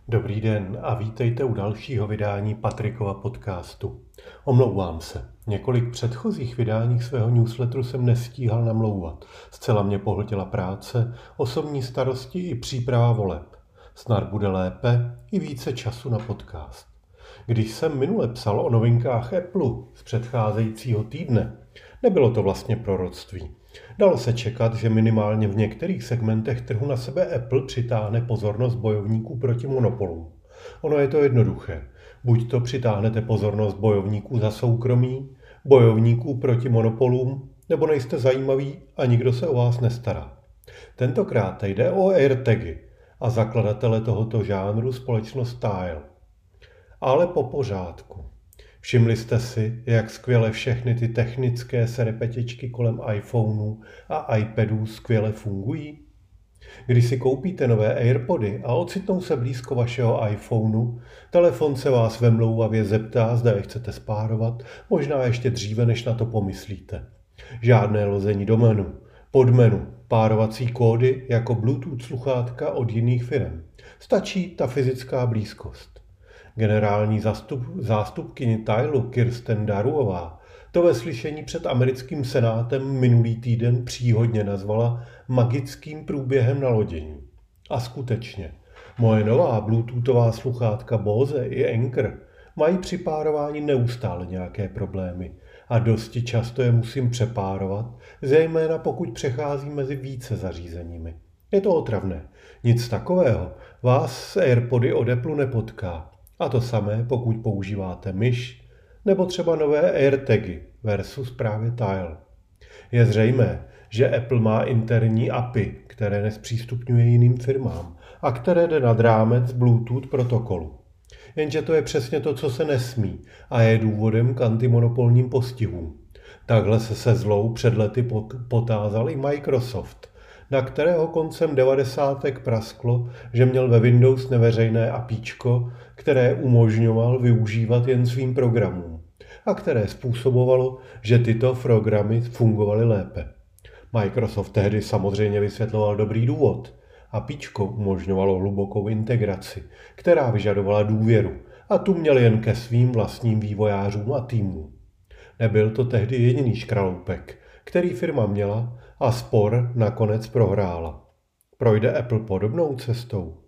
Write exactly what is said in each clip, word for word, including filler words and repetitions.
Dobrý den a vítejte u dalšího vydání Patrikova podcastu. Omlouvám se. Několik předchozích vydání svého newsletteru jsem nestíhal namlouvat. Zcela mě pohltila práce, osobní starosti i příprava voleb. Snad bude lépe i více času na podcast. Když jsem minule psal o novinkách Apple z předcházejícího týdne, nebylo to vlastně proroctví. Dalo se čekat, že minimálně v některých segmentech trhu na sebe Apple přitáhne pozornost bojovníků proti monopolům. Ono je to jednoduché. Buď to přitáhnete pozornost bojovníků za soukromí, bojovníků proti monopolům, nebo nejste zajímaví a nikdo se o vás nestará. Tentokrát jde o AirTagy a zakladatele tohoto žánru společnost Tile. Ale po pořádku. Všimli jste si, jak skvěle všechny ty technické serepetičky kolem iPhoneů a iPadů skvěle fungují? Když si koupíte nové AirPody a ocitnou se blízko vašeho iPhoneu, telefon se vás vemlouvavě zeptá, zda je chcete spárovat, možná ještě dříve, než na to pomyslíte. Žádné lození do menu, pod menu, párovací kódy jako Bluetooth sluchátka od jiných firm. Stačí ta fyzická blízkost. Generální zastup, zástupkyně Tilu Kirsten Daruová to ve slyšení před americkým senátem minulý týden příhodně nazvala magickým průběhem nalodění. A skutečně, moje nová bluetoothová sluchátka Bose i Anker mají při párování neustále nějaké problémy a dosti často je musím přepárovat, zejména pokud přecházím mezi více zařízeními. Je to otravné. Nic takového vás s AirPody od Apple nepotká. A to samé, pokud používáte myš nebo třeba nové AirTagy versus právě Tile. Je zřejmé, že Apple má interní A P I, které nezpřístupňuje jiným firmám a které jde nad rámec Bluetooth protokolu. Jenže to je přesně to, co se nesmí a je důvodem k antimonopolním postihům. Takhle se se zlou před lety potázal i Microsoft, na kterého koncem devadesátek prasklo, že měl ve Windows neveřejné apíčko, které umožňoval využívat jen svým programům a které způsobovalo, že tyto programy fungovaly lépe. Microsoft tehdy samozřejmě vysvětloval dobrý důvod. Apíčko umožňovalo hlubokou integraci, která vyžadovala důvěru a tu měl jen ke svým vlastním vývojářům a týmům. Nebyl to tehdy jediný škraloupek, který firma měla a spor nakonec prohrála. Projde Apple podobnou cestou?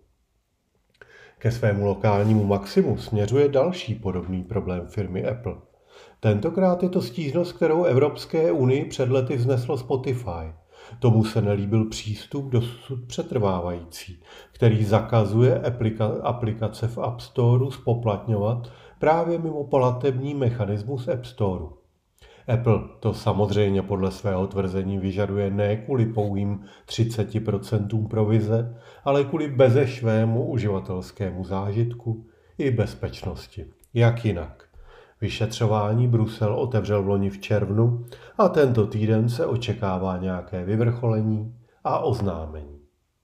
Ke svému lokálnímu maximu směřuje další podobný problém firmy Apple. Tentokrát je to stížnost, kterou Evropské unii před lety vzneslo Spotify. Tomu se nelíbil přístup dosud přetrvávající, který zakazuje aplika- aplikace v App Storeu zpoplatňovat právě mimo platební mechanismus App Storeu. Apple to samozřejmě podle svého tvrzení vyžaduje ne kvůli pouhým třicet procent provize, ale kvůli bezešvému uživatelskému zážitku i bezpečnosti. Jak jinak? Vyšetřování Brusel otevřel vloni v červnu a tento týden se očekává nějaké vyvrcholení a oznámení.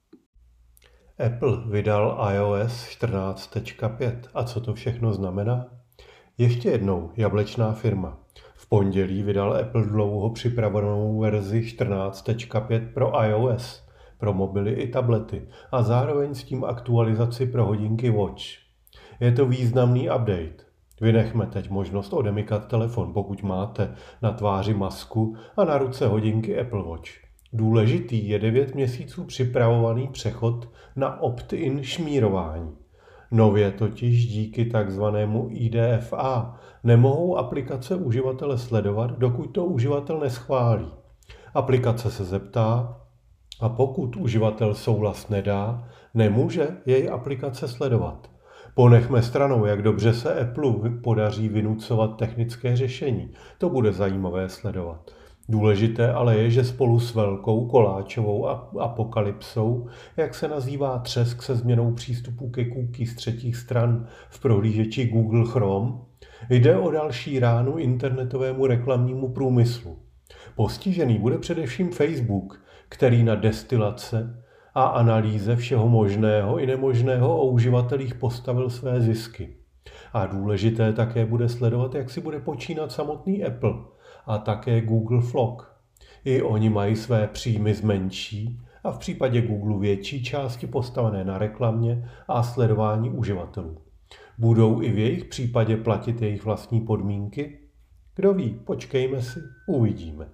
Apple vydal iOS čtrnáct tečka pět. A co to všechno znamená? Ještě jednou jablečná firma. V pondělí vydal Apple dlouho připravenou verzi čtrnáct tečka pět pro iOS, pro mobily i tablety a zároveň s tím aktualizaci pro hodinky Watch. Je to významný update. Vynechme teď možnost odemykat telefon, pokud máte na tváři masku a na ruce hodinky Apple Watch. Důležitý je devět měsíců připravovaný přechod na opt-in šmírování. Nově totiž díky takzvanému I D F A nemohou aplikace uživatele sledovat, dokud to uživatel neschválí. Aplikace se zeptá a pokud uživatel souhlas nedá, nemůže jej aplikace sledovat. Ponechme stranou, jak dobře se Apple podaří vynucovat technické řešení. To bude zajímavé sledovat. Důležité ale je, že spolu s velkou koláčovou apokalypsou, jak se nazývá třesk se změnou přístupu ke cookies z třetích stran v prohlížeči Google Chrome, jde o další ránu internetovému reklamnímu průmyslu. Postižený bude především Facebook, který na destilace a analýze všeho možného i nemožného o uživatelích postavil své zisky. A důležité také bude sledovat, jak si bude počínat samotný Apple a také Google Flock. I oni mají své příjmy z menší a v případě Google větší části postavené na reklamě a sledování uživatelů. Budou i v jejich případě platit jejich vlastní podmínky? Kdo ví, počkejme si, uvidíme.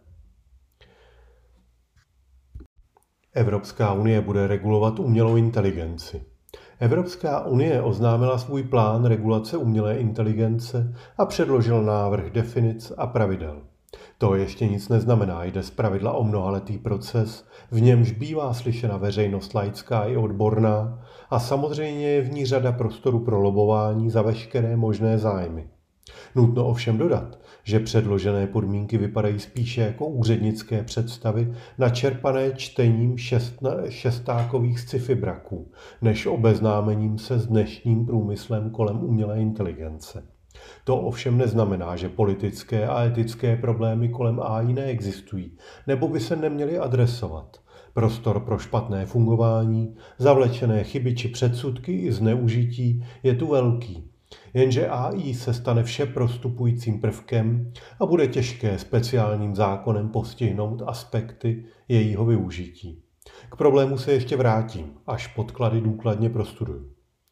Evropská unie bude regulovat umělou inteligenci. Evropská unie oznámila svůj plán regulace umělé inteligence a předložil návrh definic a pravidel. To ještě nic neznamená, jde zpravidla o mnohaletý proces, v němž bývá slyšena veřejnost laická i odborná a samozřejmě je v ní řada prostoru pro lobování za veškeré možné zájmy. Nutno ovšem dodat, že předložené podmínky vypadají spíše jako úřednické představy načerpané čtením šestna, šestákových sci-fi braků, než obeznámením se s dnešním průmyslem kolem umělé inteligence. To ovšem neznamená, že politické a etické problémy kolem á í neexistují, nebo by se neměly adresovat. Prostor pro špatné fungování, zavlečené chyby či předsudky i zneužití je tu velký. Jenže á í se stane vše prostupujícím prvkem a bude těžké speciálním zákonem postihnout aspekty jejího využití. K problému se ještě vrátím, až podklady důkladně prostuduju.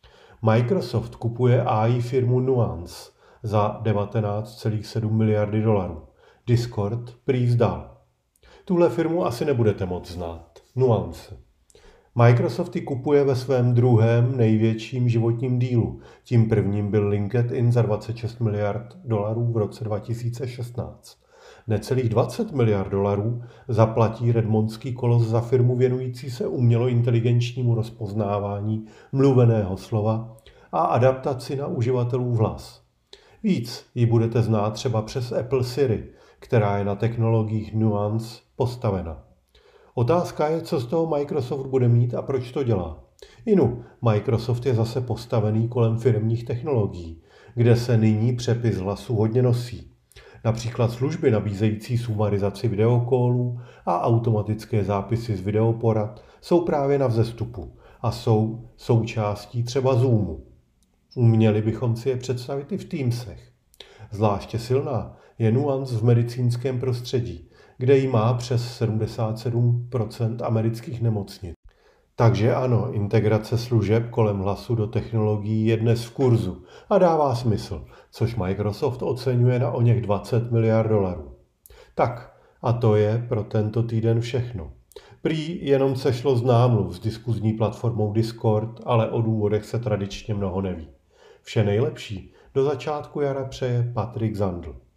Microsoft kupuje á í firmu Nuance za devatenáct celá sedm miliardy dolarů. Discord prý vzdal. Tuhle firmu asi nebudete moc znát. Nuance. Microsoft ji kupuje ve svém druhém největším životním dílu. Tím prvním byl LinkedIn za dvacet šest miliard dolarů v roce dva tisíce šestnáct. Necelých dvacet miliard dolarů zaplatí Redmondský kolos za firmu věnující se umělointeligenčnímu rozpoznávání mluveného slova a adaptaci na uživatelův hlas. Víc ji budete znát třeba přes Apple Siri, která je na technologiích Nuance postavena. Otázka je, co z toho Microsoft bude mít a proč to dělá. Inu, Microsoft je zase postavený kolem firemních technologií, kde se nyní přepis hlasu hodně nosí. Například služby nabízející sumarizaci videokólů a automatické zápisy z videoporad jsou právě na vzestupu a jsou součástí třeba Zoomu. Uměli bychom si je představit i v Teamsech. Zvláště silná je Nuance v medicínském prostředí, kde ji má přes sedmdesát sedm procent amerických nemocnic. Takže ano, integrace služeb kolem hlasu do technologií je dnes v kurzu a dává smysl, což Microsoft oceňuje na oněch dvacet miliard dolarů. Tak, a to je pro tento týden všechno. Prý jenom se šlo z námluv s diskuzní platformou Discord, ale o důvodech se tradičně mnoho neví. Vše nejlepší do začátku jara přeje Patrik Zandl.